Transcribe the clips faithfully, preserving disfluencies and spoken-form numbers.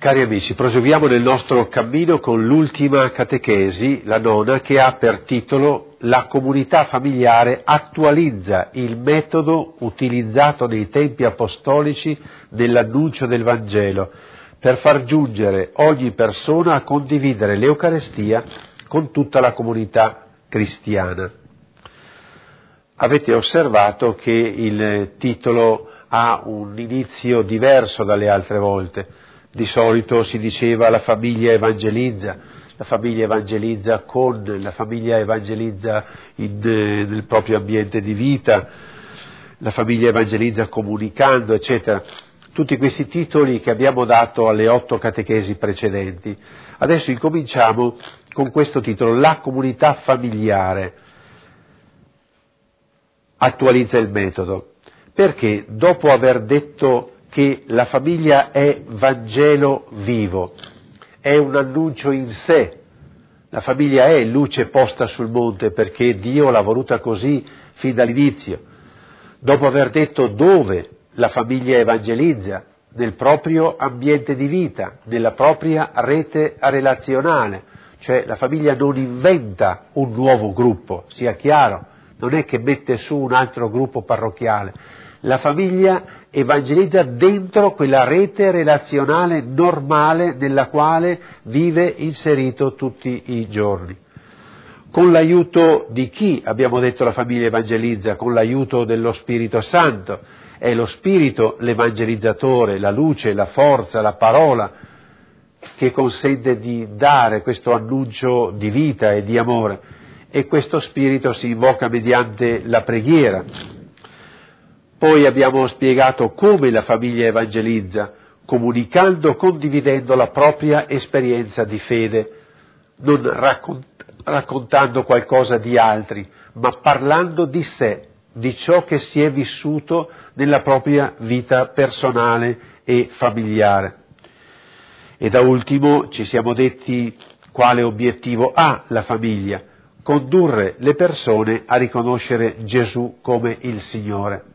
Cari amici, proseguiamo nel nostro cammino con l'ultima catechesi, la nona, che ha per titolo La comunità familiare attualizza il metodo utilizzato nei tempi apostolici nell'annuncio del Vangelo per far giungere ogni persona a condividere l'Eucarestia con tutta la comunità cristiana. Avete osservato che il titolo ha un inizio diverso dalle altre volte. Di solito si diceva la famiglia evangelizza, la famiglia evangelizza con, la famiglia evangelizza in, eh, nel proprio ambiente di vita, la famiglia evangelizza comunicando, eccetera. Tutti questi titoli che abbiamo dato alle otto catechesi precedenti. Adesso incominciamo con questo titolo, la comunità familiare attualizza il metodo. Perché dopo aver detto che la famiglia è Vangelo vivo, è un annuncio in sé, la famiglia è luce posta sul monte perché Dio l'ha voluta così fin dall'inizio. Dopo aver detto dove la famiglia evangelizza, nel proprio ambiente di vita, nella propria rete relazionale, cioè la famiglia non inventa un nuovo gruppo, sia chiaro, non è che mette su un altro gruppo parrocchiale. La famiglia evangelizza dentro quella rete relazionale normale nella quale vive inserito tutti i giorni. Con l'aiuto di chi, abbiamo detto, la famiglia evangelizza? Con l'aiuto dello Spirito Santo. È lo Spirito l'evangelizzatore, la luce, la forza, la parola che consente di dare questo annuncio di vita e di amore. E questo Spirito si invoca mediante la preghiera. Poi abbiamo spiegato come la famiglia evangelizza, comunicando, condividendo la propria esperienza di fede, non raccont- raccontando qualcosa di altri, ma parlando di sé, di ciò che si è vissuto nella propria vita personale e familiare. E da ultimo ci siamo detti quale obiettivo ha la famiglia: condurre le persone a riconoscere Gesù come il Signore.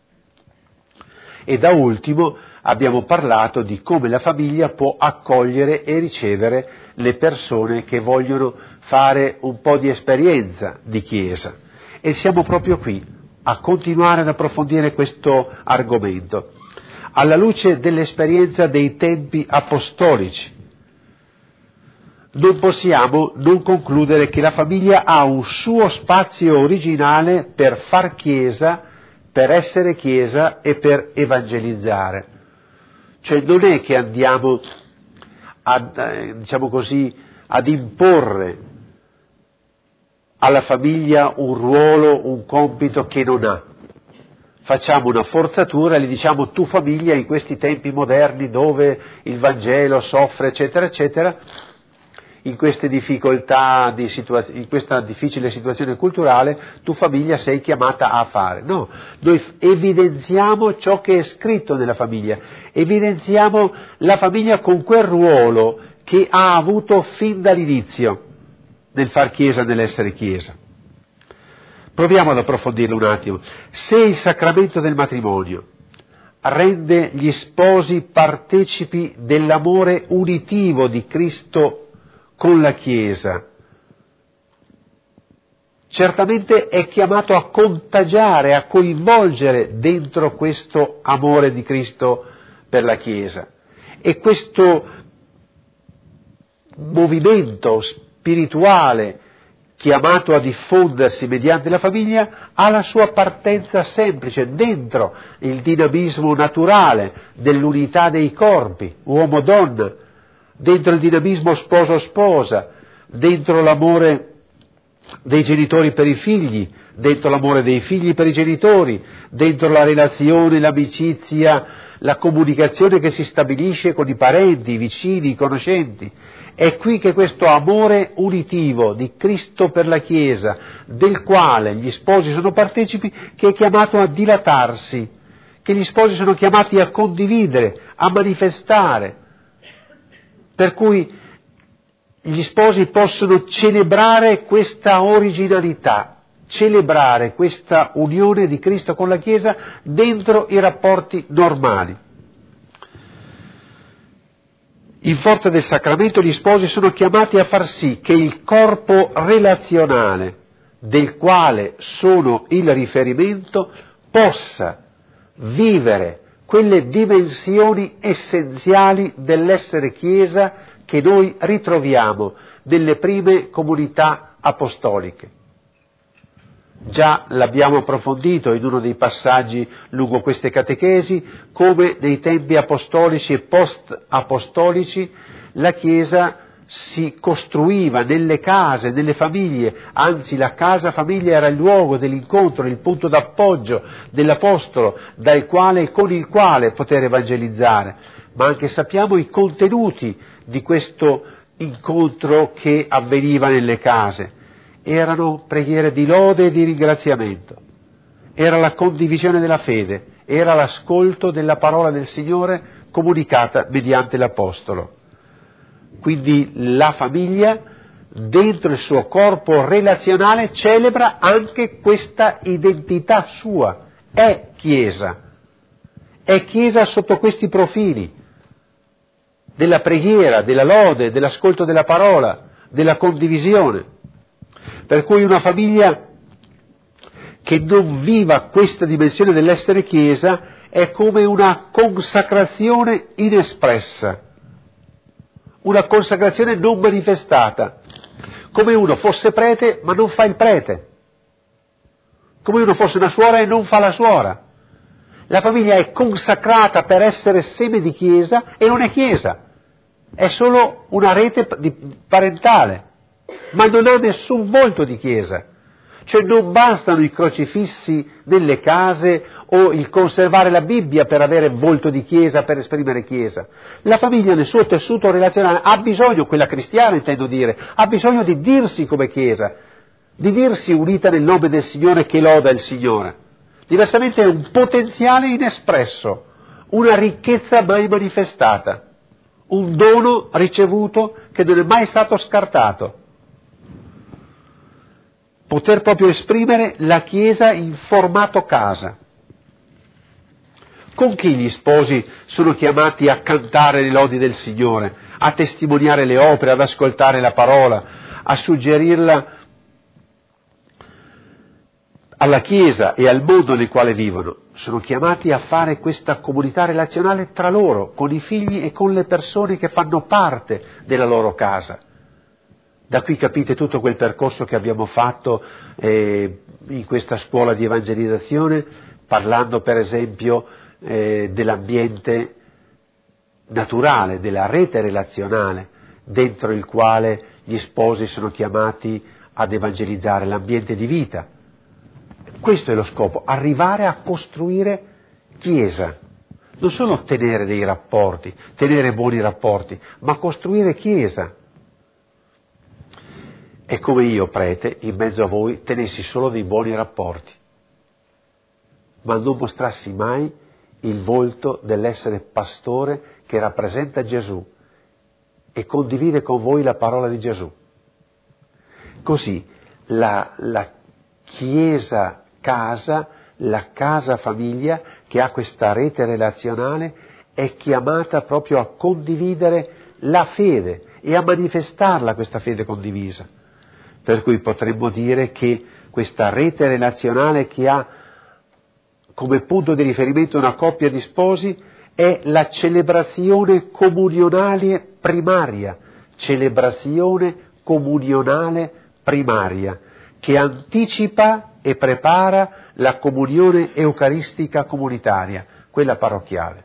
E da ultimo abbiamo parlato di come la famiglia può accogliere e ricevere le persone che vogliono fare un po' di esperienza di Chiesa. E siamo proprio qui a continuare ad approfondire questo argomento, alla luce dell'esperienza dei tempi apostolici. Non possiamo non concludere che la famiglia ha un suo spazio originale per far Chiesa, per essere Chiesa e per evangelizzare. Cioè non è che andiamo ad, eh, diciamo così, ad imporre alla famiglia un ruolo, un compito che non ha. Facciamo una forzatura e gli diciamo: tu famiglia, in questi tempi moderni dove il Vangelo soffre, eccetera, eccetera, in queste difficoltà, di situaz- in questa difficile situazione culturale, tu famiglia sei chiamata a fare. No, noi evidenziamo ciò che è scritto nella famiglia, evidenziamo la famiglia con quel ruolo che ha avuto fin dall'inizio nel far Chiesa, nell'essere Chiesa. Proviamo ad approfondirlo un attimo. Se il sacramento del matrimonio rende gli sposi partecipi dell'amore unitivo di Cristo con la Chiesa, certamente è chiamato a contagiare, a coinvolgere dentro questo amore di Cristo per la Chiesa. E questo movimento spirituale chiamato a diffondersi mediante la famiglia ha la sua partenza semplice dentro il dinamismo naturale dell'unità dei corpi, uomo-donna, dentro il dinamismo sposo-sposa, dentro l'amore dei genitori per i figli, dentro l'amore dei figli per i genitori, dentro la relazione, l'amicizia, la comunicazione che si stabilisce con i parenti, i vicini, i conoscenti. È qui che questo amore unitivo di Cristo per la Chiesa, del quale gli sposi sono partecipi, che è chiamato a dilatarsi, che gli sposi sono chiamati a condividere, a manifestare. Per cui gli sposi possono celebrare questa originalità, celebrare questa unione di Cristo con la Chiesa dentro i rapporti normali. In forza del sacramento gli sposi sono chiamati a far sì che il corpo relazionale del quale sono il riferimento possa vivere quelle dimensioni essenziali dell'essere Chiesa che noi ritroviamo nelle prime comunità apostoliche. Già l'abbiamo approfondito in uno dei passaggi lungo queste catechesi, come nei tempi apostolici e post-apostolici la Chiesa si costruiva nelle case, nelle famiglie, anzi la casa famiglia era il luogo dell'incontro, il punto d'appoggio dell'Apostolo dal quale e con il quale poter evangelizzare, ma anche sappiamo i contenuti di questo incontro che avveniva nelle case. Erano preghiere di lode e di ringraziamento, era la condivisione della fede, era l'ascolto della parola del Signore comunicata mediante l'Apostolo. Quindi la famiglia, dentro il suo corpo relazionale, celebra anche questa identità sua, è Chiesa, è Chiesa sotto questi profili, della preghiera, della lode, dell'ascolto della parola, della condivisione. Per cui una famiglia che non viva questa dimensione dell'essere Chiesa è come una consacrazione inespressa, una consacrazione non manifestata, come uno fosse prete ma non fa il prete, come uno fosse una suora e non fa la suora. La famiglia è consacrata per essere seme di Chiesa e non è Chiesa, è solo una rete parentale, ma non ha nessun volto di Chiesa. Cioè non bastano i crocifissi nelle case o il conservare la Bibbia per avere volto di Chiesa, per esprimere Chiesa. La famiglia nel suo tessuto relazionale ha bisogno, quella cristiana intendo dire, ha bisogno di dirsi come Chiesa, di dirsi unita nel nome del Signore che loda il Signore. Diversamente è un potenziale inespresso, una ricchezza mai manifestata, un dono ricevuto che non è mai stato scartato. Poter proprio esprimere la Chiesa in formato casa. Con chi gli sposi sono chiamati a cantare le lodi del Signore, a testimoniare le opere, ad ascoltare la parola, a suggerirla alla Chiesa e al mondo nel quale vivono? Sono chiamati a fare questa comunità relazionale tra loro, con i figli e con le persone che fanno parte della loro casa. Da qui capite tutto quel percorso che abbiamo fatto eh, in questa scuola di evangelizzazione, parlando per esempio eh, dell'ambiente naturale, della rete relazionale, dentro il quale gli sposi sono chiamati ad evangelizzare, l'ambiente di vita. Questo è lo scopo, arrivare a costruire Chiesa, non solo tenere dei rapporti, tenere buoni rapporti, ma costruire Chiesa. È come io, prete, in mezzo a voi tenessi solo dei buoni rapporti, ma non mostrassi mai il volto dell'essere pastore che rappresenta Gesù e condivide con voi la parola di Gesù. Così la, la Chiesa casa, la casa famiglia che ha questa rete relazionale è chiamata proprio a condividere la fede e a manifestarla questa fede condivisa. Per cui potremmo dire che questa rete relazionale che ha come punto di riferimento una coppia di sposi è la celebrazione comunionale primaria, celebrazione comunionale primaria, che anticipa e prepara la comunione eucaristica comunitaria, quella parrocchiale.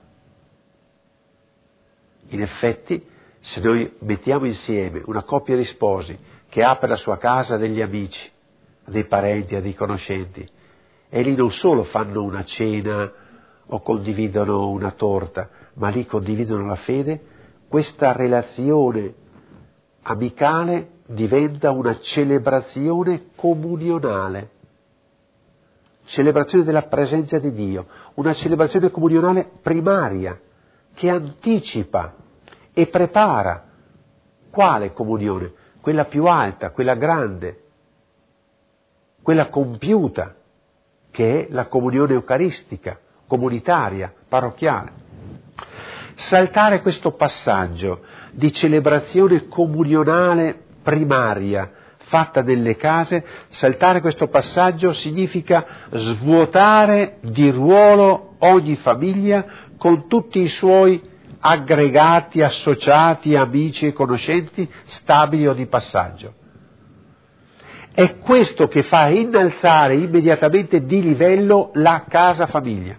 In effetti, se noi mettiamo insieme una coppia di sposi che apre la sua casa a degli amici, a dei parenti, a dei conoscenti, e lì non solo fanno una cena o condividono una torta, ma lì condividono la fede, questa relazione amicale diventa una celebrazione comunionale, celebrazione della presenza di Dio, una celebrazione comunionale primaria che anticipa e prepara. Quale comunione? Quella più alta, quella grande, quella compiuta, che è la comunione eucaristica, comunitaria, parrocchiale. Saltare questo passaggio di celebrazione comunionale primaria fatta nelle case, saltare questo passaggio significa svuotare di ruolo ogni famiglia con tutti i suoi aggregati, associati, amici e conoscenti stabili o di passaggio. È questo che fa innalzare immediatamente di livello la casa famiglia.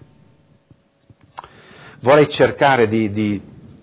Vorrei cercare di, di,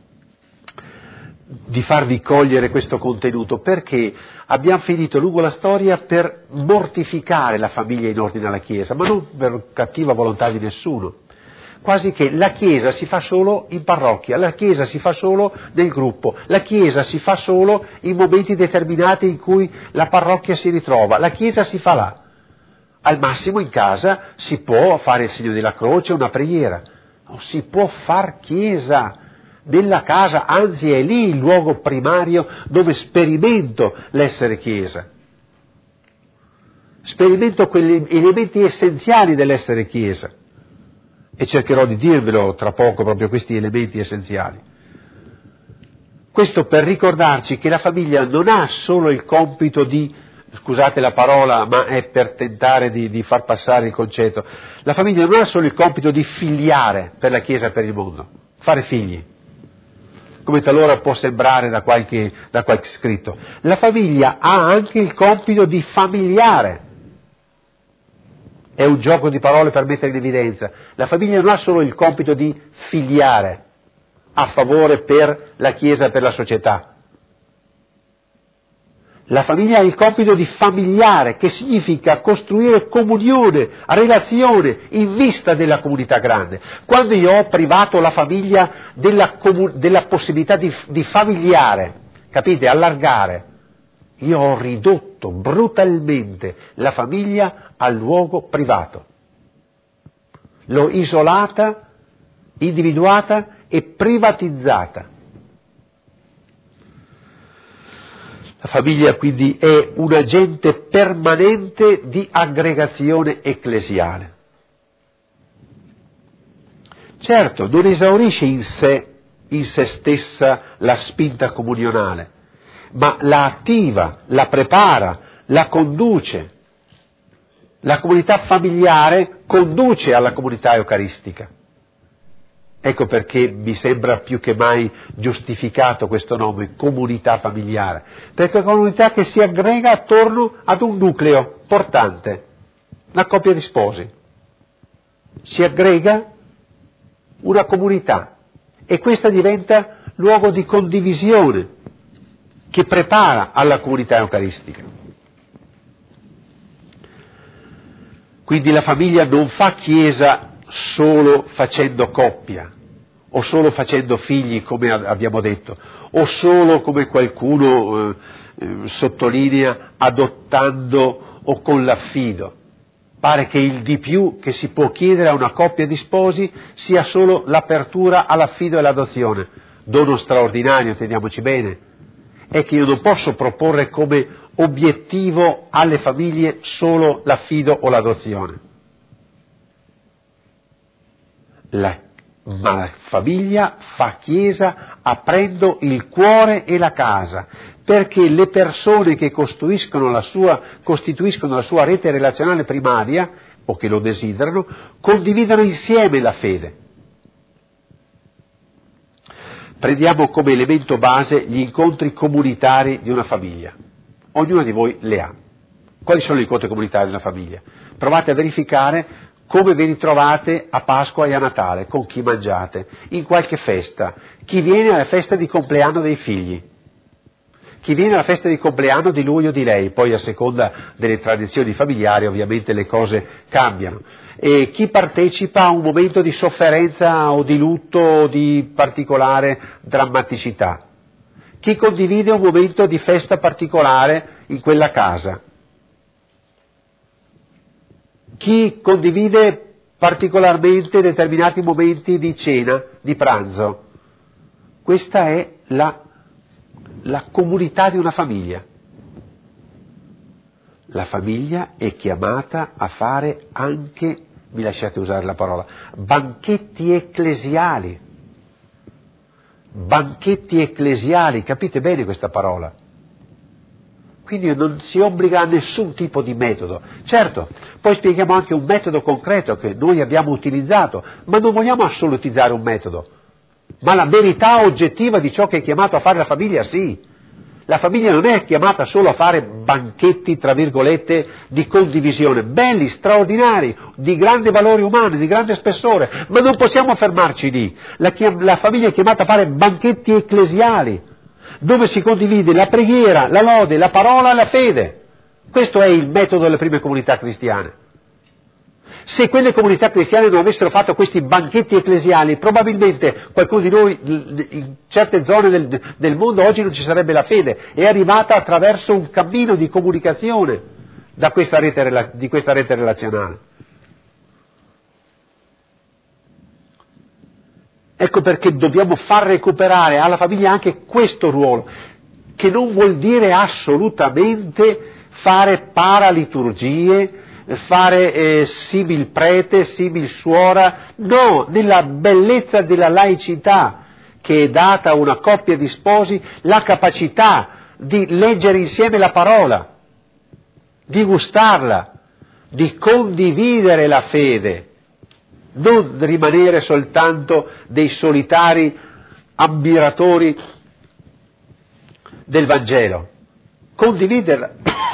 di farvi cogliere questo contenuto, perché abbiamo finito lungo la storia per mortificare la famiglia in ordine alla Chiesa, ma non per cattiva volontà di nessuno. Quasi che la Chiesa si fa solo in parrocchia, la Chiesa si fa solo nel gruppo, la Chiesa si fa solo in momenti determinati in cui la parrocchia si ritrova, la Chiesa si fa là. Al massimo in casa si può fare il segno della croce, una preghiera, non si può far Chiesa nella casa, anzi è lì il luogo primario dove sperimento l'essere Chiesa. Sperimento quegli elementi essenziali dell'essere Chiesa. E cercherò di dirvelo tra poco proprio questi elementi essenziali. Questo per ricordarci che la famiglia non ha solo il compito di, scusate la parola, ma è per tentare di, di far passare il concetto, la famiglia non ha solo il compito di figliare per la Chiesa e per il mondo, fare figli, come talora può sembrare da qualche, da qualche scritto. La famiglia ha anche il compito di familiare. È un gioco di parole per mettere in evidenza. La famiglia non ha solo il compito di figliare a favore per la Chiesa e per la società. La famiglia ha il compito di familiare, che significa costruire comunione, relazione in vista della comunità grande. Quando io ho privato la famiglia della, comu- della possibilità di, di familiare, capite, allargare, io ho ridotto brutalmente la famiglia al luogo privato. L'ho isolata, individuata e privatizzata. La famiglia quindi è un agente permanente di aggregazione ecclesiale. Certo, non esaurisce in sé, in sé stessa la spinta comunionale, ma la attiva, la prepara, la conduce. La comunità familiare conduce alla comunità eucaristica. Ecco perché mi sembra più che mai giustificato questo nome, comunità familiare, perché è una comunità che si aggrega attorno ad un nucleo portante, una coppia di sposi. Si aggrega una comunità e questa diventa luogo di condivisione che prepara alla comunità eucaristica. Quindi la famiglia non fa chiesa solo facendo coppia, o solo facendo figli, come abbiamo detto, o solo, come qualcuno eh, eh, sottolinea, adottando o con l'affido. Pare che il di più che si può chiedere a una coppia di sposi sia solo l'apertura all'affido e all'adozione. Dono straordinario, teniamoci bene, è che io non posso proporre come obiettivo alle famiglie solo l'affido o l'adozione. La, ma la famiglia fa chiesa aprendo il cuore e la casa, perché le persone che costruiscono la sua, costituiscono la sua rete relazionale primaria, o che lo desiderano, condividono insieme la fede. Prendiamo come elemento base gli incontri comunitari di una famiglia. Ognuno di voi le ha. Quali sono gli incontri comunitari di una famiglia? Provate a verificare come vi ritrovate a Pasqua e a Natale, con chi mangiate, in qualche festa. Chi viene alla festa di compleanno dei figli? Chi viene alla festa di compleanno di lui o di lei? Poi a seconda delle tradizioni familiari ovviamente le cose cambiano. E chi partecipa a un momento di sofferenza o di lutto o di particolare drammaticità? Chi condivide un momento di festa particolare in quella casa? Chi condivide particolarmente determinati momenti di cena, di pranzo? Questa è la, la comunità di una famiglia. La famiglia è chiamata a fare anche, mi lasciate usare la parola, banchetti ecclesiali. banchetti ecclesiali, capite bene questa parola? Quindi non si obbliga a nessun tipo di metodo. Certo, poi spieghiamo anche un metodo concreto che noi abbiamo utilizzato, ma non vogliamo assolutizzare un metodo, ma la verità oggettiva di ciò che è chiamato a fare la famiglia, sì. La famiglia non è chiamata solo a fare banchetti, tra virgolette, di condivisione, belli, straordinari, di grande valore umano, di grande spessore, ma non possiamo fermarci lì. La, la famiglia è chiamata a fare banchetti ecclesiali, dove si condivide la preghiera, la lode, la parola e la fede. Questo è il metodo delle prime comunità cristiane. Se quelle comunità cristiane non avessero fatto questi banchetti ecclesiali, probabilmente qualcuno di noi in certe zone del, del mondo oggi non ci sarebbe la fede. È arrivata attraverso un cammino di comunicazione da questa rete, di questa rete relazionale. Ecco perché dobbiamo far recuperare alla famiglia anche questo ruolo, che non vuol dire assolutamente fare paraliturgie, fare eh, simil prete, simil suora, no, nella bellezza della laicità che è data a una coppia di sposi, la capacità di leggere insieme la parola, di gustarla, di condividere la fede, non rimanere soltanto dei solitari ammiratori del Vangelo, condividerla.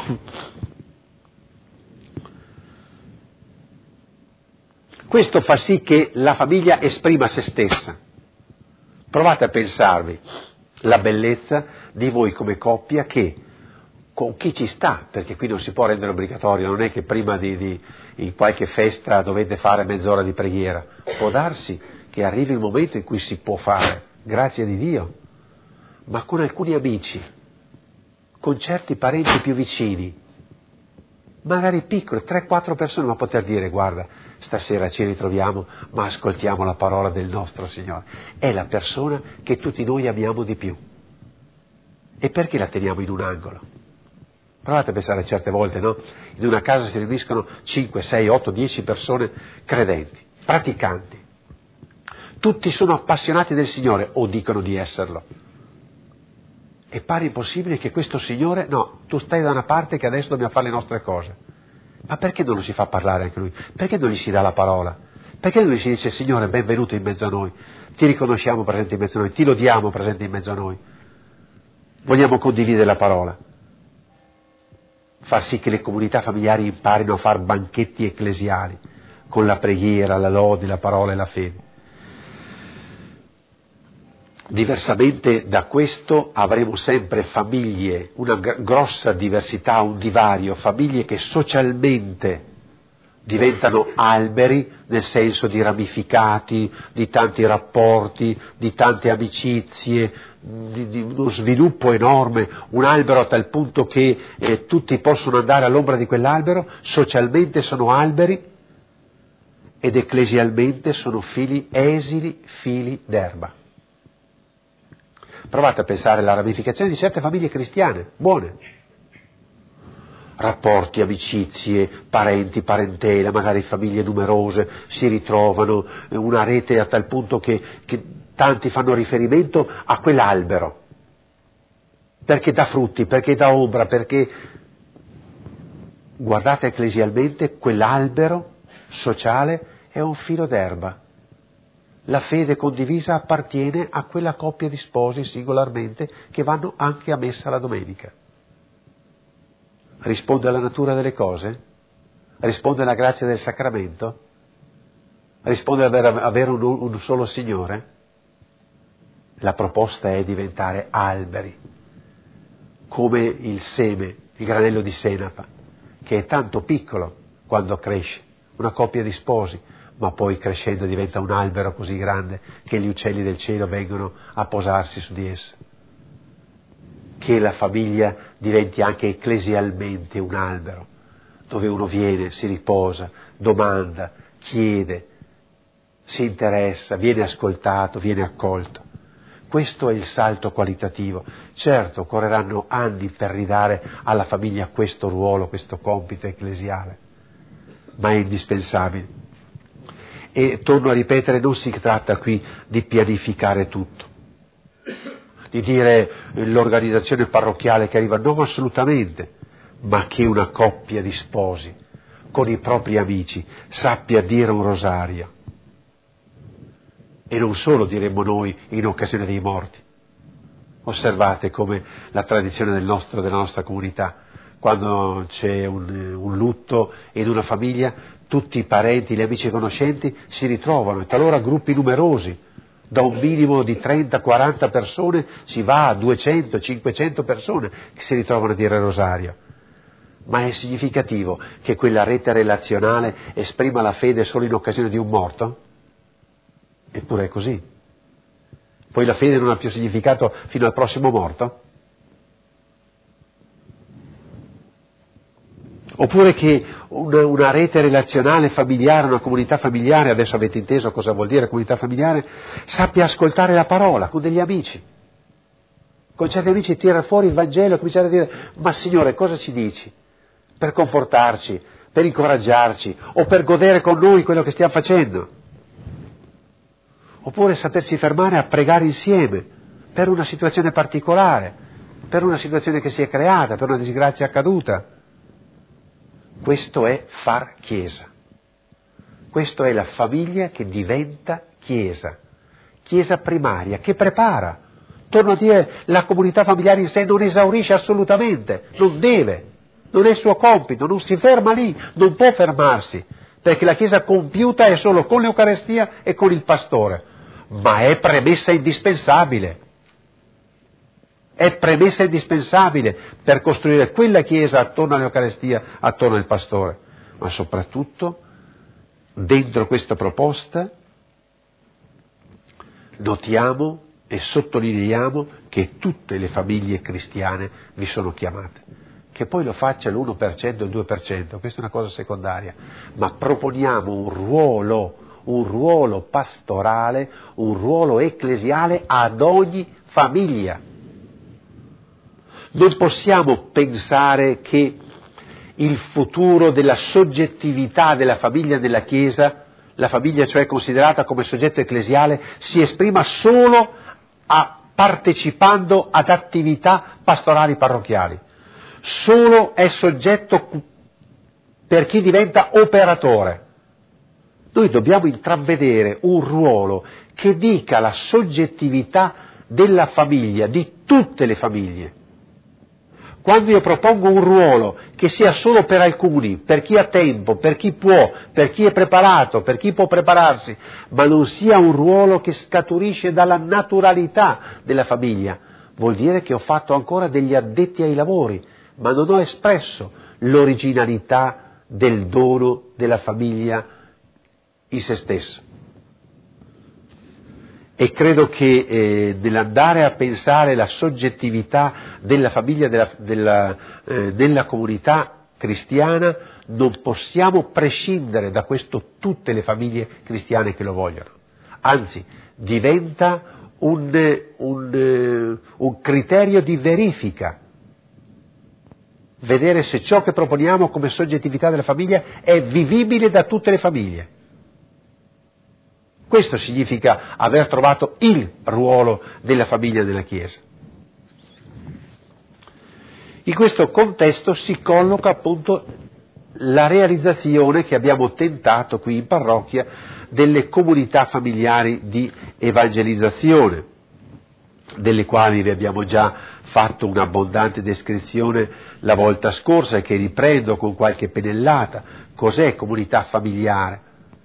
Questo fa sì che la famiglia esprima se stessa. Provate a pensarvi la bellezza di voi come coppia che con chi ci sta, perché qui non si può rendere obbligatorio, non è che prima di, di in qualche festa dovete fare mezz'ora di preghiera. Può darsi che arrivi il momento in cui si può fare, grazie di Dio, ma con alcuni amici, con certi parenti più vicini, magari piccoli, tre quattro persone, ma poter dire: guarda, stasera ci ritroviamo, ma ascoltiamo la parola del nostro Signore. È la persona che tutti noi amiamo di più. E perché la teniamo in un angolo? Provate a pensare certe volte, no? In una casa si riuniscono cinque, sei, otto, dieci persone credenti, praticanti. Tutti sono appassionati del Signore, o dicono di esserlo. E pare impossibile che questo Signore, no, tu stai da una parte che adesso dobbiamo fare le nostre cose. Ma perché non lo si fa parlare anche Lui? Perché non gli si dà la parola? Perché non gli si dice: Signore, benvenuto in mezzo a noi, ti riconosciamo presente in mezzo a noi, ti lodiamo presente in mezzo a noi, vogliamo condividere la parola? Fa sì che le comunità familiari imparino a fare banchetti ecclesiali, con la preghiera, la lode, la parola e la fede. Diversamente da questo avremo sempre famiglie, una g- grossa diversità, un divario, famiglie che socialmente diventano alberi nel senso di ramificati, di tanti rapporti, di tante amicizie, di, di uno sviluppo enorme, un albero a tal punto che eh, tutti possono andare all'ombra di quell'albero. Socialmente sono alberi ed ecclesialmente sono fili esili, fili d'erba. Provate a pensare alla ramificazione di certe famiglie cristiane, buone. Rapporti, amicizie, parenti, parentela, magari famiglie numerose, si ritrovano, una rete a tal punto che, che tanti fanno riferimento a quell'albero, perché dà frutti, perché dà ombra, perché, guardate ecclesialmente, quell'albero sociale è un filo d'erba. La fede condivisa appartiene a quella coppia di sposi singolarmente che vanno anche a messa la domenica. Risponde alla natura delle cose? Risponde alla grazia del sacramento? Risponde ad avere, avere un, un solo Signore? La proposta è diventare alberi, come il seme, il granello di senape, che è tanto piccolo quando cresce, una coppia di sposi, ma poi crescendo diventa un albero così grande che gli uccelli del cielo vengono a posarsi su di esso. Che la famiglia diventi anche ecclesialmente un albero, dove uno viene, si riposa, domanda, chiede, si interessa, viene ascoltato, viene accolto. Questo è il salto qualitativo. Certo, occorreranno anni per ridare alla famiglia questo ruolo, questo compito ecclesiale, ma è indispensabile. E torno a ripetere, non si tratta qui di pianificare tutto. di dire l'organizzazione parrocchiale che arriva, no, assolutamente, ma che una coppia di sposi con i propri amici sappia dire un rosario. E non solo, diremmo noi, in occasione dei morti. Osservate come la tradizione del nostro, della nostra comunità, quando c'è un, un lutto in una famiglia, tutti i parenti, gli amici e conoscenti si ritrovano, e talora gruppi numerosi, da un minimo di trenta quaranta persone si va a duecento cinquecento persone che si ritrovano a dire rosario. Ma è significativo che quella rete relazionale esprima la fede solo in occasione di un morto? Eppure è così. Poi la fede non ha più significato fino al prossimo morto? Oppure che una, una rete relazionale familiare, una comunità familiare, adesso avete inteso cosa vuol dire comunità familiare, sappia ascoltare la parola con degli amici. Con certi amici tira fuori il Vangelo e cominciare a dire: ma Signore, cosa ci dici? Per confortarci, per incoraggiarci o per godere con noi quello che stiamo facendo. Oppure sapersi fermare a pregare insieme per una situazione particolare, per una situazione che si è creata, per una disgrazia accaduta. Questo è far chiesa. Questo è la famiglia che diventa chiesa. Chiesa primaria, che prepara. Torno a dire, la comunità familiare in sé non esaurisce assolutamente, non deve, non è il suo compito, non si ferma lì, non può fermarsi, perché la chiesa compiuta è solo con l'Eucarestia e con il pastore. Ma è premessa indispensabile, è premessa indispensabile per costruire quella chiesa attorno all'Eucarestia, attorno al pastore. Ma soprattutto, dentro questa proposta, notiamo e sottolineiamo che tutte le famiglie cristiane vi sono chiamate. Che poi lo faccia l'uno per cento o il due per cento, questa è una cosa secondaria, ma proponiamo un ruolo un ruolo pastorale, un ruolo ecclesiale ad ogni famiglia. Non possiamo pensare che il futuro della soggettività della famiglia nella Chiesa, la famiglia cioè considerata come soggetto ecclesiale, si esprima solo a, partecipando ad attività pastorali parrocchiali. Solo è soggetto per chi diventa operatore. Noi dobbiamo intravedere un ruolo che dica la soggettività della famiglia, di tutte le famiglie. Quando io propongo un ruolo che sia solo per alcuni, per chi ha tempo, per chi può, per chi è preparato, per chi può prepararsi, ma non sia un ruolo che scaturisce dalla naturalità della famiglia, vuol dire che ho fatto ancora degli addetti ai lavori, ma non ho espresso l'originalità del dono della famiglia in se stesso. E credo che eh, nell'andare a pensare la soggettività della famiglia, della, della, eh, della comunità cristiana, non possiamo prescindere da questo tutte le famiglie cristiane che lo vogliono. Anzi, diventa un, un, un criterio di verifica. Vedere se ciò che proponiamo come soggettività della famiglia è vivibile da tutte le famiglie. Questo significa aver trovato il ruolo della famiglia nella Chiesa. In questo contesto si colloca appunto la realizzazione che abbiamo tentato qui in parrocchia delle comunità familiari di evangelizzazione, delle quali vi abbiamo già fatto un'abbondante descrizione la volta scorsa e che riprendo con qualche pennellata. Cos'è comunità familiare?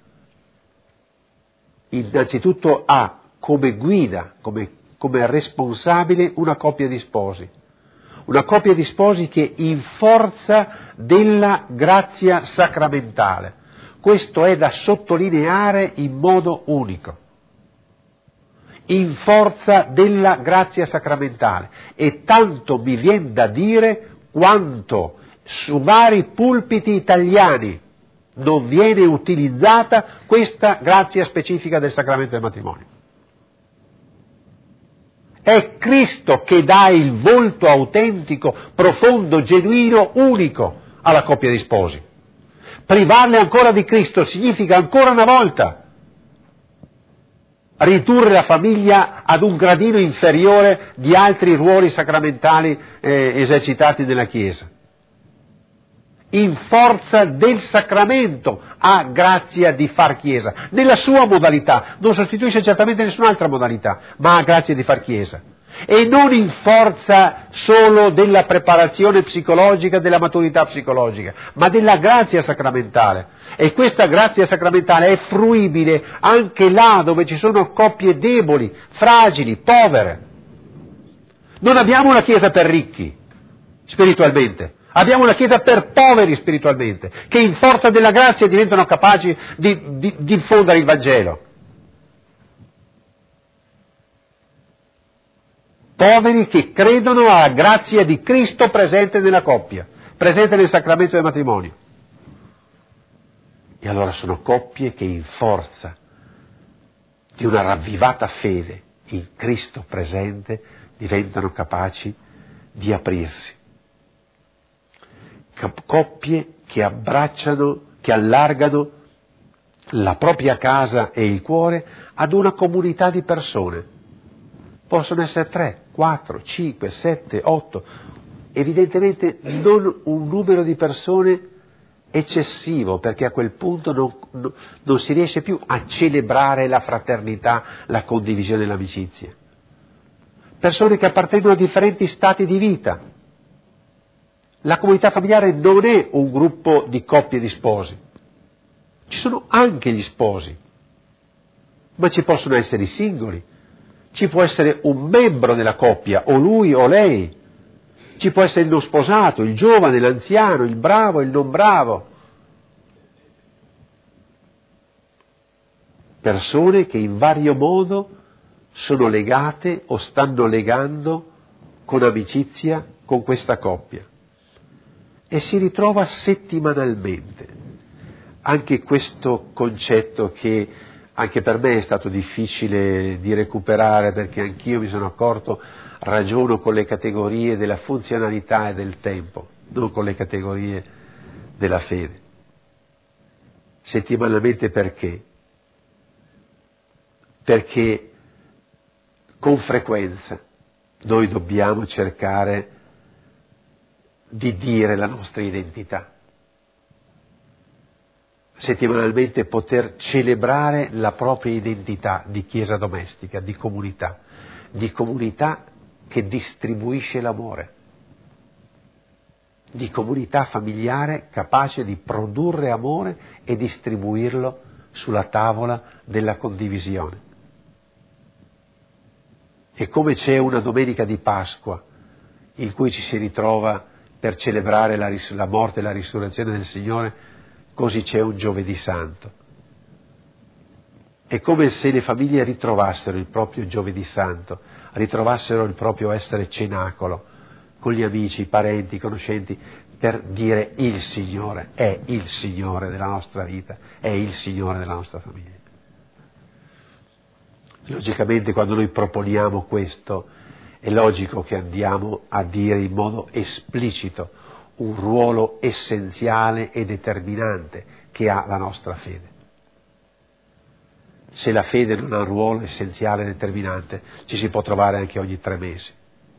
Innanzitutto ha come guida, come, come responsabile una coppia di sposi, una coppia di sposi che in forza della grazia sacramentale, questo è da sottolineare in modo unico, in forza della grazia sacramentale, e tanto mi viene da dire quanto su vari pulpiti italiani non viene utilizzata questa grazia specifica del sacramento del matrimonio. È Cristo che dà il volto autentico, profondo, genuino, unico alla coppia di sposi. Privarle ancora di Cristo significa ancora una volta ridurre la famiglia ad un gradino inferiore di altri ruoli sacramentali eh, esercitati nella Chiesa. In forza del sacramento ha grazia di far Chiesa, nella sua modalità, non sostituisce certamente nessun'altra modalità, ma ha grazia di far Chiesa. E non in forza solo della preparazione psicologica, della maturità psicologica, ma della grazia sacramentale. E questa grazia sacramentale è fruibile anche là dove ci sono coppie deboli, fragili, povere. Non abbiamo una Chiesa per ricchi, spiritualmente. Abbiamo una Chiesa per poveri spiritualmente, che in forza della grazia diventano capaci di, di, di diffondere il Vangelo. Poveri che credono alla grazia di Cristo presente nella coppia, presente nel sacramento del matrimonio. E allora sono coppie che in forza di una ravvivata fede in Cristo presente diventano capaci di aprirsi. Coppie che abbracciano, che allargano la propria casa e il cuore ad una comunità di persone. Possono essere tre, quattro, cinque, sette, otto, evidentemente non un numero di persone eccessivo, perché a quel punto non, non, non si riesce più a celebrare la fraternità, la condivisione e l'amicizia. Persone che appartengono a differenti stati di vita. La comunità familiare non è un gruppo di coppie di sposi, ci sono anche gli sposi, ma ci possono essere i singoli, ci può essere un membro della coppia, o lui o lei, ci può essere il non sposato, il giovane, l'anziano, il bravo, il non bravo. Persone che in vario modo sono legate o stanno legando con amicizia con questa coppia. E si ritrova settimanalmente. Anche questo concetto che anche per me è stato difficile di recuperare, perché anch'io mi sono accorto, ragiono con le categorie della funzionalità e del tempo, non con le categorie della fede. Settimanalmente perché? Perché con frequenza noi dobbiamo cercare di dire la nostra identità. Settimanalmente poter celebrare la propria identità di chiesa domestica, di comunità, di comunità che distribuisce l'amore, di comunità familiare capace di produrre amore e distribuirlo sulla tavola della condivisione. E come c'è una domenica di Pasqua in cui ci si ritrova per celebrare la, ris- la morte e la risurrezione del Signore, così c'è un Giovedì Santo. È come se le famiglie ritrovassero il proprio Giovedì Santo, ritrovassero il proprio essere cenacolo con gli amici, i parenti, i conoscenti, per dire il Signore è il Signore della nostra vita, è il Signore della nostra famiglia. Logicamente quando noi proponiamo questo è logico che andiamo a dire in modo esplicito un ruolo essenziale e determinante che ha la nostra fede. Se la fede non ha un ruolo essenziale e determinante, ci si può trovare anche ogni tre mesi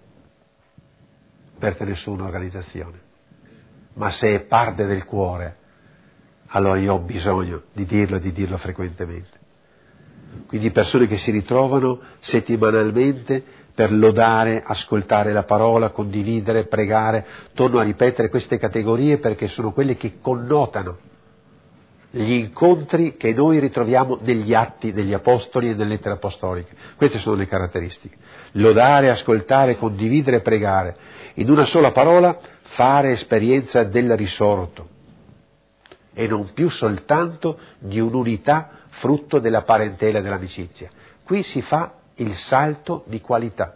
per nessuna organizzazione. Ma se è parte del cuore, allora io ho bisogno di dirlo e di dirlo frequentemente. Quindi persone che si ritrovano settimanalmente per lodare, ascoltare la parola, condividere, pregare. Torno a ripetere queste categorie perché sono quelle che connotano gli incontri che noi ritroviamo negli atti degli apostoli e nelle lettere apostoliche. Queste sono le caratteristiche. Lodare, ascoltare, condividere, pregare. In una sola parola, fare esperienza del risorto e non più soltanto di un'unità frutto della parentela e dell'amicizia. Qui si fa il salto di qualità.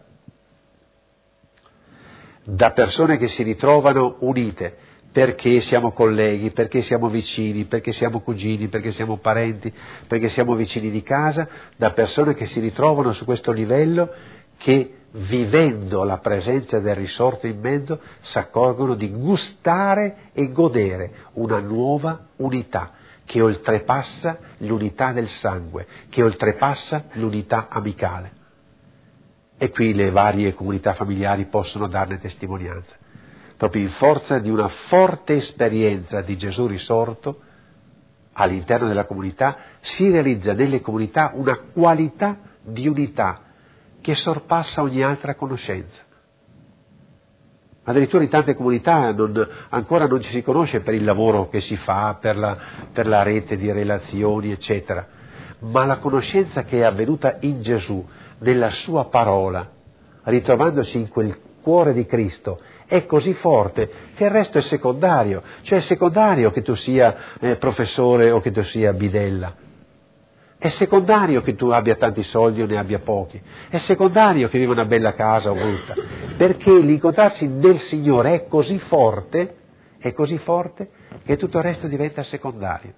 Da persone che si ritrovano unite perché siamo colleghi, perché siamo vicini, perché siamo cugini, perché siamo parenti, perché siamo vicini di casa, da persone che si ritrovano su questo livello che vivendo la presenza del risorto in mezzo si accorgono di gustare e godere una nuova unità che oltrepassa l'unità del sangue, che oltrepassa l'unità amicale. E qui le varie comunità familiari possono darne testimonianza. Proprio in forza di una forte esperienza di Gesù risorto, all'interno della comunità si realizza nelle comunità una qualità di unità che sorpassa ogni altra conoscenza. Addirittura in tante comunità non, ancora non ci si conosce per il lavoro che si fa, per la, per la rete di relazioni, eccetera. Ma la conoscenza che è avvenuta in Gesù, nella sua parola, ritrovandosi in quel cuore di Cristo, è così forte che il resto è secondario. Cioè è secondario che tu sia eh, professore o che tu sia bidella. È secondario che tu abbia tanti soldi o ne abbia pochi. È secondario che viva una bella casa o brutta. Perché l'incontrarsi nel Signore è così forte, è così forte che tutto il resto diventa secondario.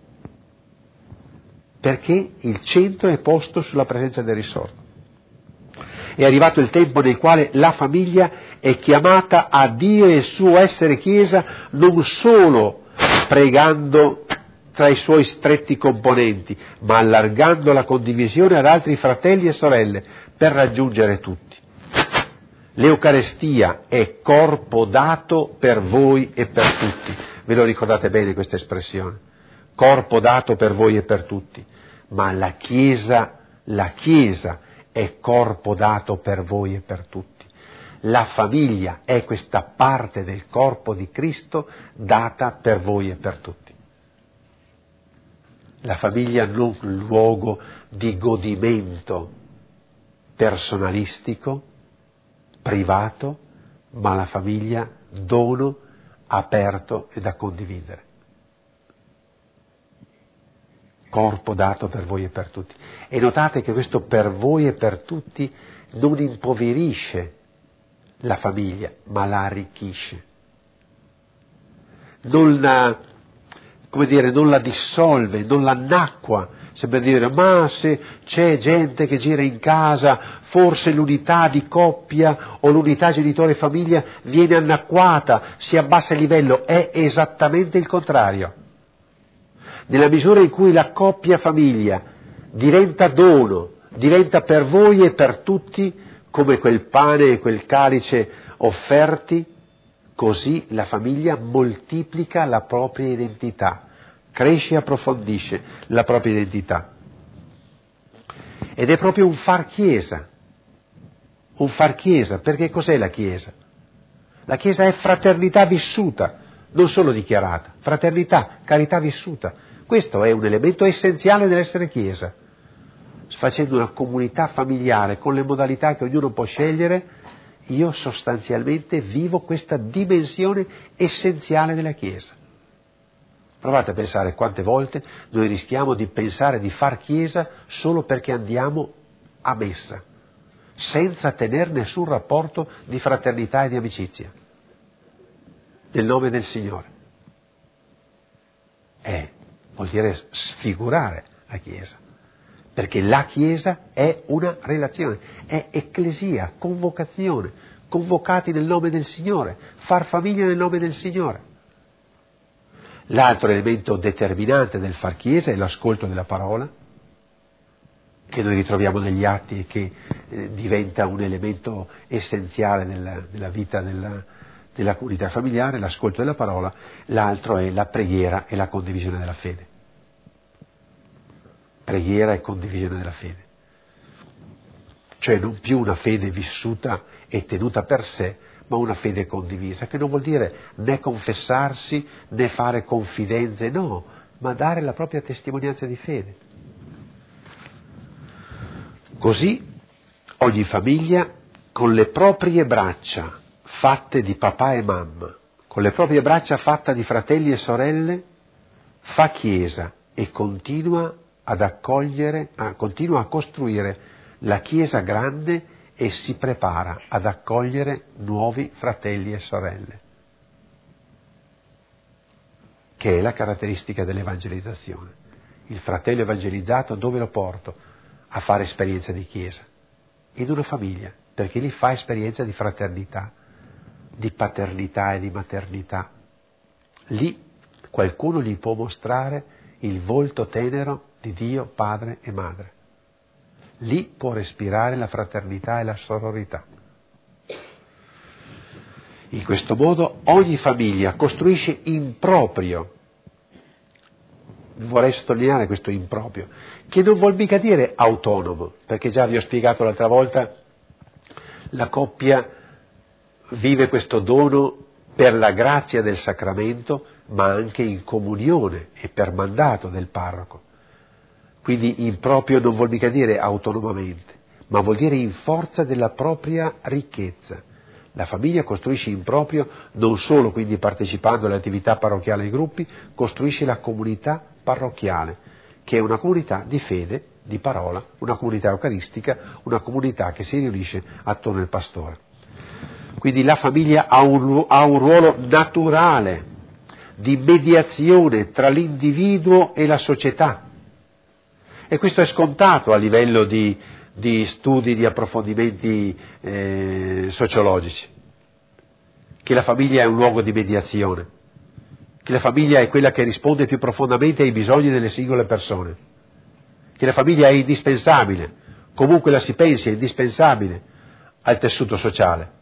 Perché il centro è posto sulla presenza del risorto. È arrivato il tempo nel quale la famiglia è chiamata a dire il suo essere Chiesa non solo pregando tra i suoi stretti componenti, ma allargando la condivisione ad altri fratelli e sorelle per raggiungere tutti. L'Eucarestia è corpo dato per voi e per tutti. Ve lo ricordate bene questa espressione? Corpo dato per voi e per tutti. Ma la Chiesa, la Chiesa è corpo dato per voi e per tutti. La famiglia è questa parte del corpo di Cristo data per voi e per tutti. La famiglia non un luogo di godimento personalistico, privato, ma la famiglia dono aperto e da condividere. Corpo dato per voi e per tutti. E notate che questo per voi e per tutti non impoverisce la famiglia, ma la arricchisce. Non la, come dire, non la dissolve, non la annacqua, sempre dire, ma se c'è gente che gira in casa, forse l'unità di coppia o l'unità genitore-famiglia viene annacquata, si abbassa il livello. È esattamente il contrario. Nella misura in cui la coppia-famiglia diventa dono, diventa per voi e per tutti, come quel pane e quel calice offerti, così la famiglia moltiplica la propria identità, cresce e approfondisce la propria identità. Ed è proprio un far chiesa, un far chiesa, perché cos'è la chiesa? La chiesa è fraternità vissuta, non solo dichiarata, fraternità, carità vissuta. Questo è un elemento essenziale dell'essere chiesa. Facendo una comunità familiare con le modalità che ognuno può scegliere, io sostanzialmente vivo questa dimensione essenziale della Chiesa. Provate a pensare quante volte noi rischiamo di pensare di far Chiesa solo perché andiamo a messa, senza tenere nessun rapporto di fraternità e di amicizia, nel nome del Signore. Eh, vuol dire sfigurare la Chiesa. Perché la Chiesa è una relazione, è ecclesia, convocazione, convocati nel nome del Signore, far famiglia nel nome del Signore. L'altro elemento determinante del far Chiesa è l'ascolto della parola, che noi ritroviamo negli atti e che eh, diventa un elemento essenziale nella, nella vita della, della comunità familiare, l'ascolto della parola. L'altro è la preghiera e la condivisione della fede. Preghiera e condivisione della fede. Cioè non più una fede vissuta e tenuta per sé, ma una fede condivisa, che non vuol dire né confessarsi né fare confidenze, no, ma dare la propria testimonianza di fede. Così ogni famiglia con le proprie braccia fatte di papà e mamma, con le proprie braccia fatte di fratelli e sorelle, fa chiesa e continua ad accogliere, ah, continua a costruire la chiesa grande e si prepara ad accogliere nuovi fratelli e sorelle, che è la caratteristica dell'evangelizzazione. Il fratello evangelizzato dove lo porto? A fare esperienza di chiesa, in una famiglia, perché lì fa esperienza di fraternità, di paternità e di maternità. Lì qualcuno gli può mostrare il volto tenero di Dio padre e madre. Lì può respirare la fraternità e la sororità. In questo modo ogni famiglia costruisce in proprio, vorrei sottolineare questo in proprio, che non vuol mica dire autonomo, perché già vi ho spiegato l'altra volta, la coppia vive questo dono per la grazia del sacramento, ma anche in comunione e per mandato del parroco. Quindi in proprio non vuol mica dire autonomamente, ma vuol dire in forza della propria ricchezza. La famiglia costruisce in proprio, non solo quindi partecipando alle attività parrocchiali ai gruppi, costruisce la comunità parrocchiale, che è una comunità di fede, di parola, una comunità eucaristica, una comunità che si riunisce attorno al pastore. Quindi la famiglia ha un, ha un ruolo naturale di mediazione tra l'individuo e la società. E questo è scontato a livello di, di studi, di approfondimenti eh, sociologici, che la famiglia è un luogo di mediazione, che la famiglia è quella che risponde più profondamente ai bisogni delle singole persone, che la famiglia è indispensabile, comunque la si pensi, è indispensabile al tessuto sociale.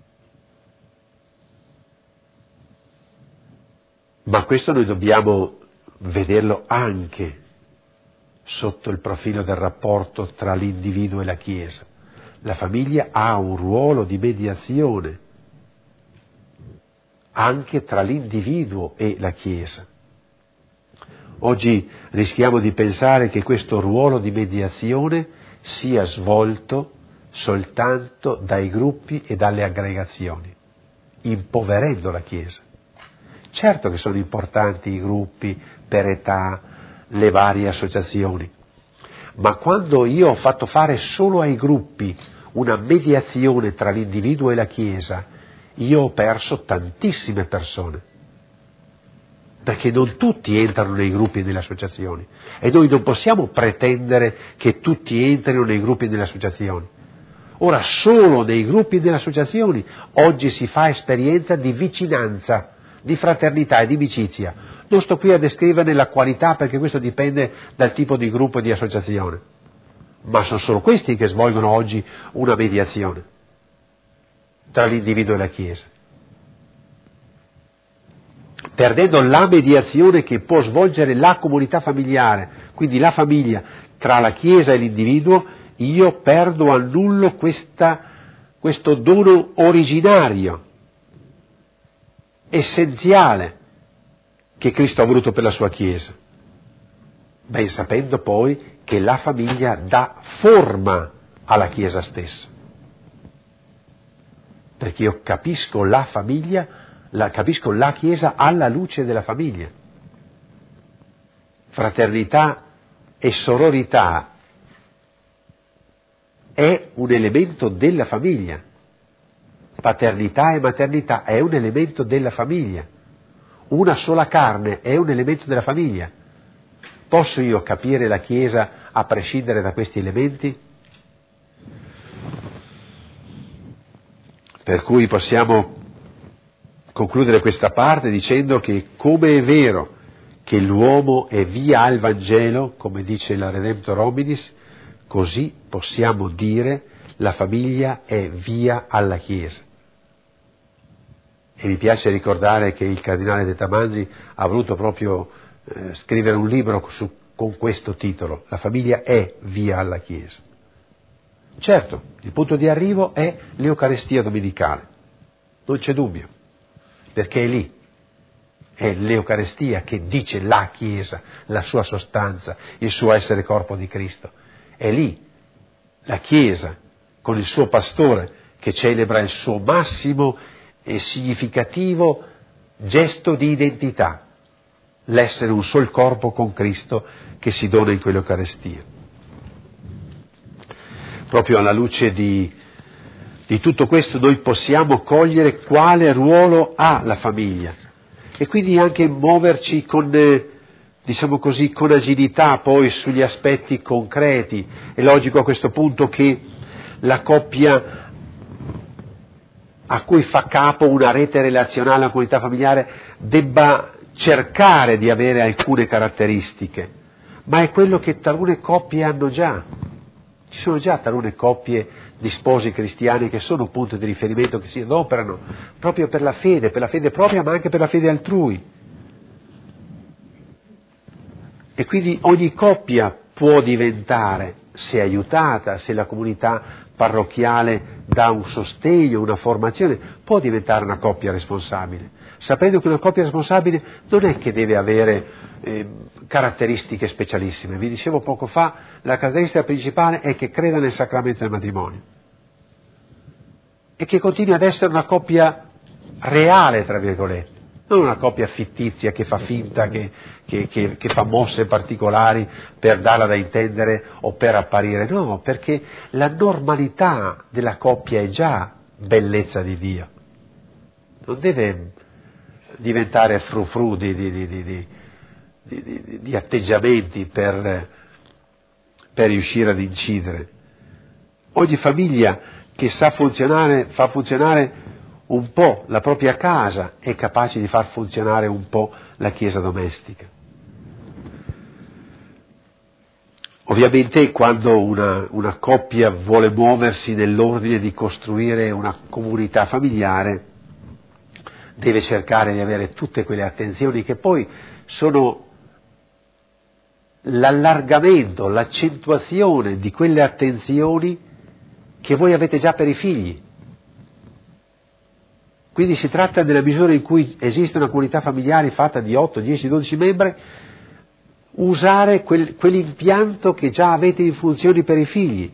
Ma questo noi dobbiamo vederlo anche sotto il profilo del rapporto tra l'individuo e la Chiesa. La famiglia ha un ruolo di mediazione anche tra l'individuo e la Chiesa. Oggi rischiamo di pensare che questo ruolo di mediazione sia svolto soltanto dai gruppi e dalle aggregazioni, impoverendo la Chiesa. Certo che sono importanti i gruppi per età, le varie associazioni, ma quando io ho fatto fare solo ai gruppi una mediazione tra l'individuo e la Chiesa, io ho perso tantissime persone, perché non tutti entrano nei gruppi e nelle associazioni, e noi non possiamo pretendere che tutti entrino nei gruppi e nelle associazioni. Ora, solo nei gruppi e nelle associazioni oggi si fa esperienza di vicinanza, di fraternità e di amicizia. Non sto qui a descriverne la qualità, perché questo dipende dal tipo di gruppo e di associazione, ma sono solo questi che svolgono oggi una mediazione tra l'individuo e la Chiesa, perdendo la mediazione che può svolgere la comunità familiare, quindi la famiglia, tra la Chiesa e l'individuo. Io perdo, annullo questa, questo dono originario, essenziale, che Cristo ha voluto per la sua Chiesa, ben sapendo poi che la famiglia dà forma alla Chiesa stessa. Perché io capisco la famiglia, la, capisco la Chiesa alla luce della famiglia. Fraternità e sororità è un elemento della famiglia. Paternità e maternità è un elemento della famiglia. Una sola carne è un elemento della famiglia. Posso io capire la Chiesa a prescindere da questi elementi? Per cui possiamo concludere questa parte dicendo che, come è vero che l'uomo è via al Vangelo, come dice la Redemptor Hominis, così possiamo dire la famiglia è via alla Chiesa. E mi piace ricordare che il cardinale de Tamanzi ha voluto proprio eh, scrivere un libro su, con questo titolo: La famiglia è via alla Chiesa. Certo, il punto di arrivo è l'Eucarestia domenicale, non c'è dubbio, perché è lì, è l'Eucarestia che dice la Chiesa, la sua sostanza, il suo essere corpo di Cristo. È lì la Chiesa, con il suo pastore, che celebra il suo massimo e significativo gesto di identità, l'essere un sol corpo con Cristo che si dona in quell'Eucarestia. Proprio alla luce di, di tutto questo noi possiamo cogliere quale ruolo ha la famiglia e quindi anche muoverci con, eh, diciamo così, con agilità poi sugli aspetti concreti. È logico a questo punto che la coppia a cui fa capo una rete relazionale, una comunità familiare, debba cercare di avere alcune caratteristiche, ma è quello che talune coppie hanno già. Ci sono già talune coppie di sposi cristiani che sono un punto di riferimento, che si adoperano proprio per la fede, per la fede propria, ma anche per la fede altrui. E quindi ogni coppia può diventare, se aiutata, se la comunità parrocchiale dà un sostegno, una formazione, può diventare una coppia responsabile, sapendo che una coppia responsabile non è che deve avere eh, caratteristiche specialissime. Vi dicevo poco fa, la caratteristica principale è che creda nel sacramento del matrimonio e che continui ad essere una coppia reale, tra virgolette, non una coppia fittizia che fa finta, che, che, che, che fa mosse particolari per darla da intendere o per apparire, no, perché la normalità della coppia è già bellezza di Dio, non deve diventare frufru di, di, di, di, di, di, di atteggiamenti per, per riuscire ad incidere. Ogni famiglia che sa funzionare, fa funzionare un po' la propria casa è capace di far funzionare un po' la chiesa domestica. Ovviamente quando una, una coppia vuole muoversi nell'ordine di costruire una comunità familiare, deve cercare di avere tutte quelle attenzioni che poi sono l'allargamento, l'accentuazione di quelle attenzioni che voi avete già per i figli. Quindi si tratta, nella misura in cui esiste una comunità familiare fatta di otto, dieci, dodici membri, usare quel, quell'impianto che già avete in funzione per i figli,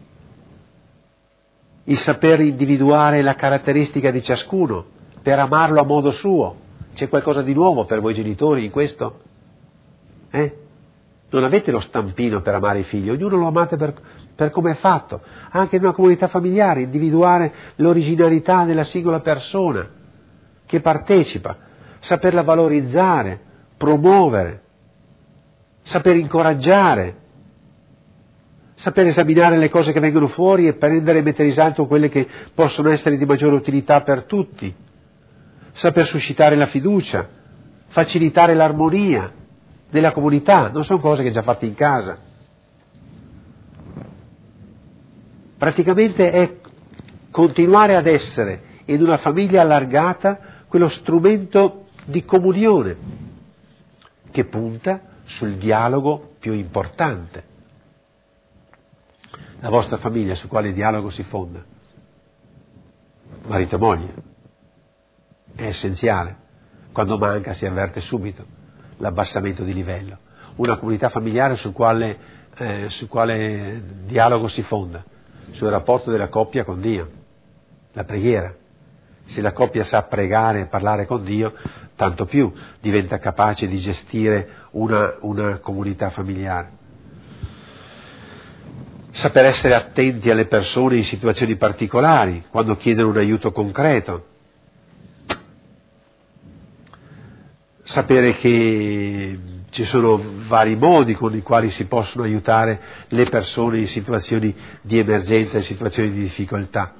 il saper individuare la caratteristica di ciascuno, per amarlo a modo suo. C'è qualcosa di nuovo per voi genitori in questo? Eh? Non avete lo stampino per amare i figli, ognuno lo amate per, per come è fatto. Anche in una comunità familiare, individuare l'originalità della singola persona che partecipa, saperla valorizzare, promuovere, saper incoraggiare, saper esaminare le cose che vengono fuori e prendere e mettere in risalto quelle che possono essere di maggiore utilità per tutti, saper suscitare la fiducia, facilitare l'armonia della comunità, non sono cose che già fatte in casa. Praticamente è continuare ad essere in una famiglia allargata quello strumento di comunione che punta sul dialogo più importante. La vostra famiglia su quale dialogo si fonda? Marito e moglie. È essenziale. Quando manca si avverte subito l'abbassamento di livello. Una comunità familiare sul quale, eh, su quale dialogo si fonda? Sul rapporto della coppia con Dio, la preghiera. Se la coppia sa pregare e parlare con Dio, tanto più diventa capace di gestire una, una comunità familiare. Saper essere attenti alle persone in situazioni particolari, quando chiedono un aiuto concreto. Sapere che ci sono vari modi con i quali si possono aiutare le persone in situazioni di emergenza, in situazioni di difficoltà.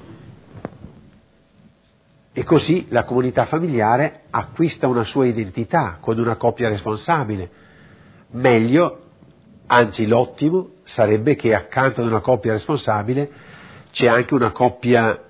E così la comunità familiare acquista una sua identità con una coppia responsabile. Meglio, anzi l'ottimo, sarebbe che accanto ad una coppia responsabile c'è anche una coppia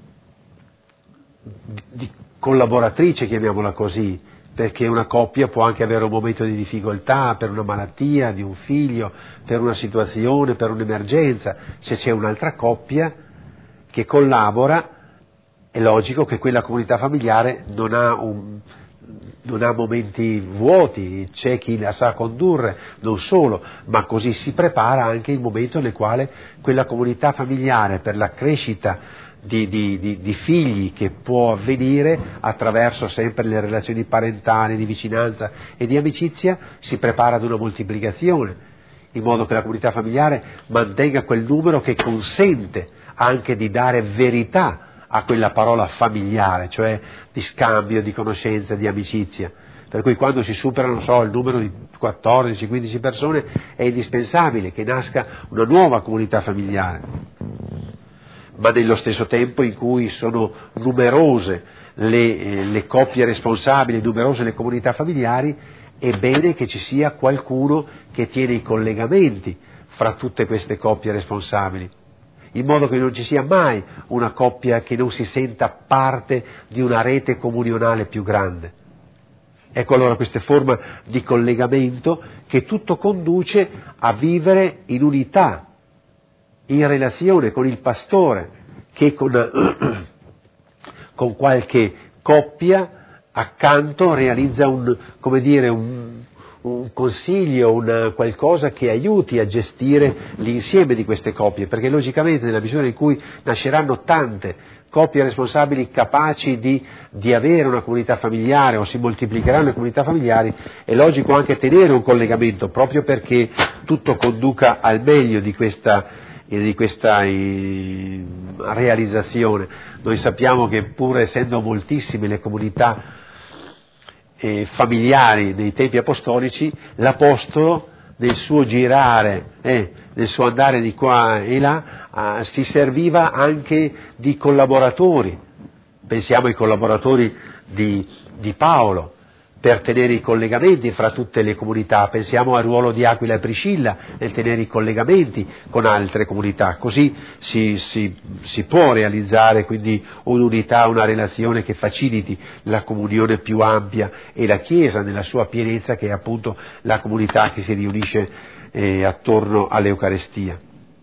di collaboratrice, chiamiamola così, perché una coppia può anche avere un momento di difficoltà per una malattia di un figlio, per una situazione, per un'emergenza. Se c'è un'altra coppia che collabora, è logico che quella comunità familiare non ha, un, non ha momenti vuoti, c'è chi la sa condurre, non solo, ma così si prepara anche il momento nel quale quella comunità familiare, per la crescita di, di, di, di figli che può avvenire attraverso sempre le relazioni parentali, di vicinanza e di amicizia, si prepara ad una moltiplicazione, in modo che la comunità familiare mantenga quel numero che consente anche di dare verità a quella parola familiare, cioè di scambio, di conoscenza, di amicizia. Per cui quando si supera, non so, il numero di quattordici quindici persone, è indispensabile che nasca una nuova comunità familiare. ma nello stesso tempo in cui sono numerose le, eh, le coppie responsabili, numerose le comunità familiari, è bene che ci sia qualcuno che tiene i collegamenti fra tutte queste coppie responsabili, in modo che non ci sia mai una coppia che non si senta parte di una rete comunionale più grande. Ecco allora questa forma di collegamento che tutto conduce a vivere in unità, in relazione con il pastore, che con, con qualche coppia accanto realizza un, come dire, un, un consiglio, una, qualcosa che aiuti a gestire l'insieme di queste coppie, perché logicamente nella misura in cui nasceranno tante coppie responsabili capaci di, di avere una comunità familiare o si moltiplicheranno le comunità familiari, è logico anche tenere un collegamento proprio perché tutto conduca al meglio di questa di questa eh, realizzazione. Noi sappiamo che pur essendo moltissime le comunità eh, familiari nei tempi apostolici, l'apostolo nel suo girare, eh, nel suo andare di qua e là, eh, si serviva anche di collaboratori. Pensiamo ai collaboratori di, di Paolo, per tenere i collegamenti fra tutte le comunità. Pensiamo al ruolo di Aquila e Priscilla nel tenere i collegamenti con altre comunità. Così si, si, si può realizzare quindi un'unità, una relazione che faciliti la comunione più ampia e la Chiesa nella sua pienezza, che è appunto la comunità che si riunisce eh, attorno all'Eucarestia.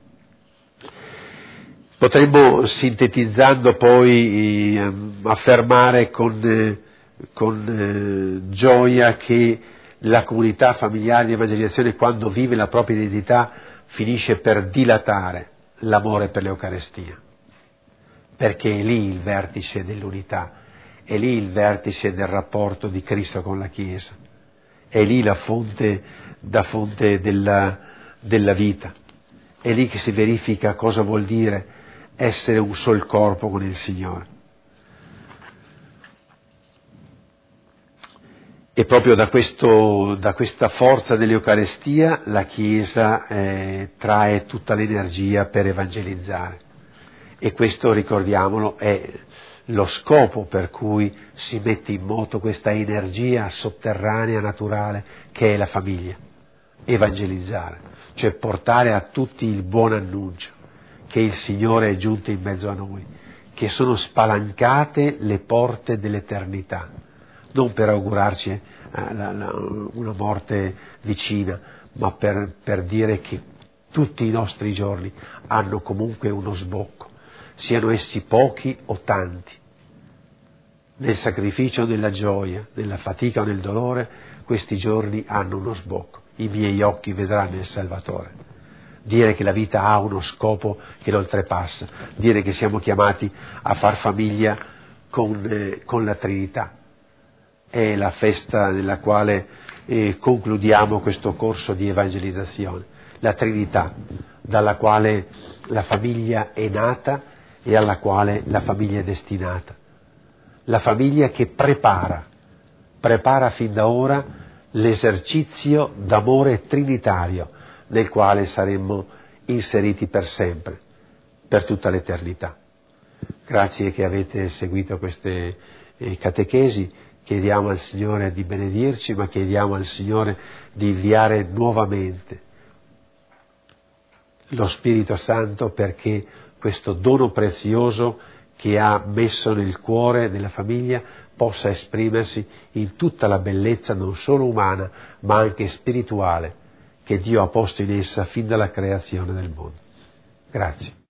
Potremmo, sintetizzando poi, eh, affermare con... Eh, con eh, gioia che la comunità familiare di evangelizzazione, quando vive la propria identità, finisce per dilatare l'amore per l'Eucarestia, perché è lì il vertice dell'unità, è lì il vertice del rapporto di Cristo con la Chiesa, è lì la fonte, da fonte della, della vita, è lì che si verifica cosa vuol dire essere un sol corpo con il Signore. E proprio da, questo, da questa forza dell'Eucarestia la Chiesa eh, trae tutta l'energia per evangelizzare. E questo, ricordiamolo, è lo scopo per cui si mette in moto questa energia sotterranea, naturale, che è la famiglia. Evangelizzare, cioè portare a tutti il buon annuncio, che il Signore è giunto in mezzo a noi, che sono spalancate le porte dell'eternità. Non per augurarci eh, la, la, una morte vicina, ma per, per dire che tutti i nostri giorni hanno comunque uno sbocco, siano essi pochi o tanti. Nel sacrificio o nella gioia, nella fatica o nel dolore, questi giorni hanno uno sbocco. I miei occhi vedranno il Salvatore. Dire che la vita ha uno scopo che lo oltrepassa, dire che siamo chiamati a far famiglia con, eh, con la Trinità. È la festa nella quale eh, concludiamo questo corso di evangelizzazione, la Trinità, dalla quale la famiglia è nata e alla quale la famiglia è destinata. La famiglia che prepara, prepara fin da ora l'esercizio d'amore trinitario nel quale saremmo inseriti per sempre, per tutta l'eternità. Grazie che avete seguito queste eh, catechesi. Chiediamo al Signore di benedirci, ma chiediamo al Signore di inviare nuovamente lo Spirito Santo perché questo dono prezioso che ha messo nel cuore della famiglia possa esprimersi in tutta la bellezza non solo umana ma anche spirituale che Dio ha posto in essa fin dalla creazione del mondo. Grazie.